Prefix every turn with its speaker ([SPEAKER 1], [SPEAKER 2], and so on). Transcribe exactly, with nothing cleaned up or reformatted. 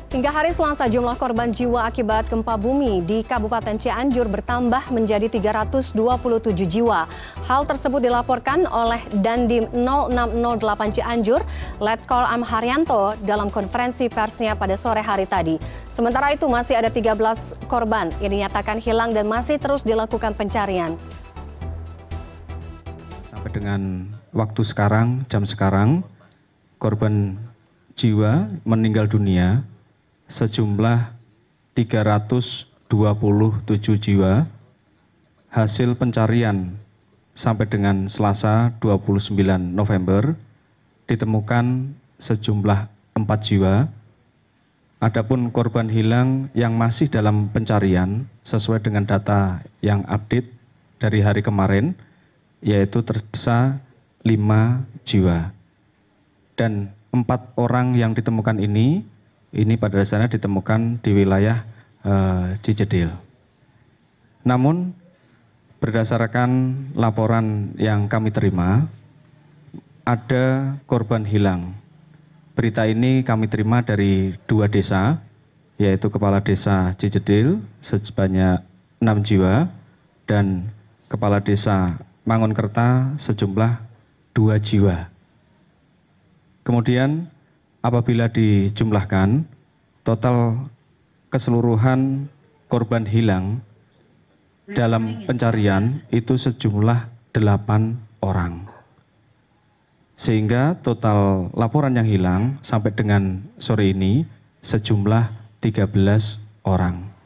[SPEAKER 1] Hingga hari Selasa, jumlah korban jiwa akibat gempa bumi di Kabupaten Cianjur bertambah menjadi tiga ratus dua puluh tujuh jiwa. Hal tersebut dilaporkan oleh Dandim nol enam nol delapan Cianjur, Letkol M. Haryanto, dalam konferensi persnya pada sore hari tadi. Sementara itu masih ada tiga belas korban yang dinyatakan hilang dan masih terus dilakukan pencarian.
[SPEAKER 2] Sampai dengan waktu sekarang, jam sekarang, korban jiwa meninggal dunia sejumlah tiga ratus dua puluh tujuh jiwa. Hasil pencarian sampai dengan Selasa dua puluh sembilan November ditemukan sejumlah empat jiwa. Adapun korban hilang yang masih dalam pencarian sesuai dengan data yang update dari hari kemarin, yaitu tersisa lima jiwa. Dan empat orang yang ditemukan ini Ini pada dasarnya ditemukan di wilayah uh, Cijedil. Namun berdasarkan laporan yang kami terima, ada korban hilang. Berita ini kami terima dari dua desa, yaitu Kepala Desa Cijedil sebanyak enam jiwa dan Kepala Desa Mangunkerta sejumlah dua jiwa. Kemudian apabila dijumlahkan, total keseluruhan korban hilang dalam pencarian itu sejumlah delapan orang. Sehingga total laporan yang hilang sampai dengan sore ini sejumlah tiga belas orang.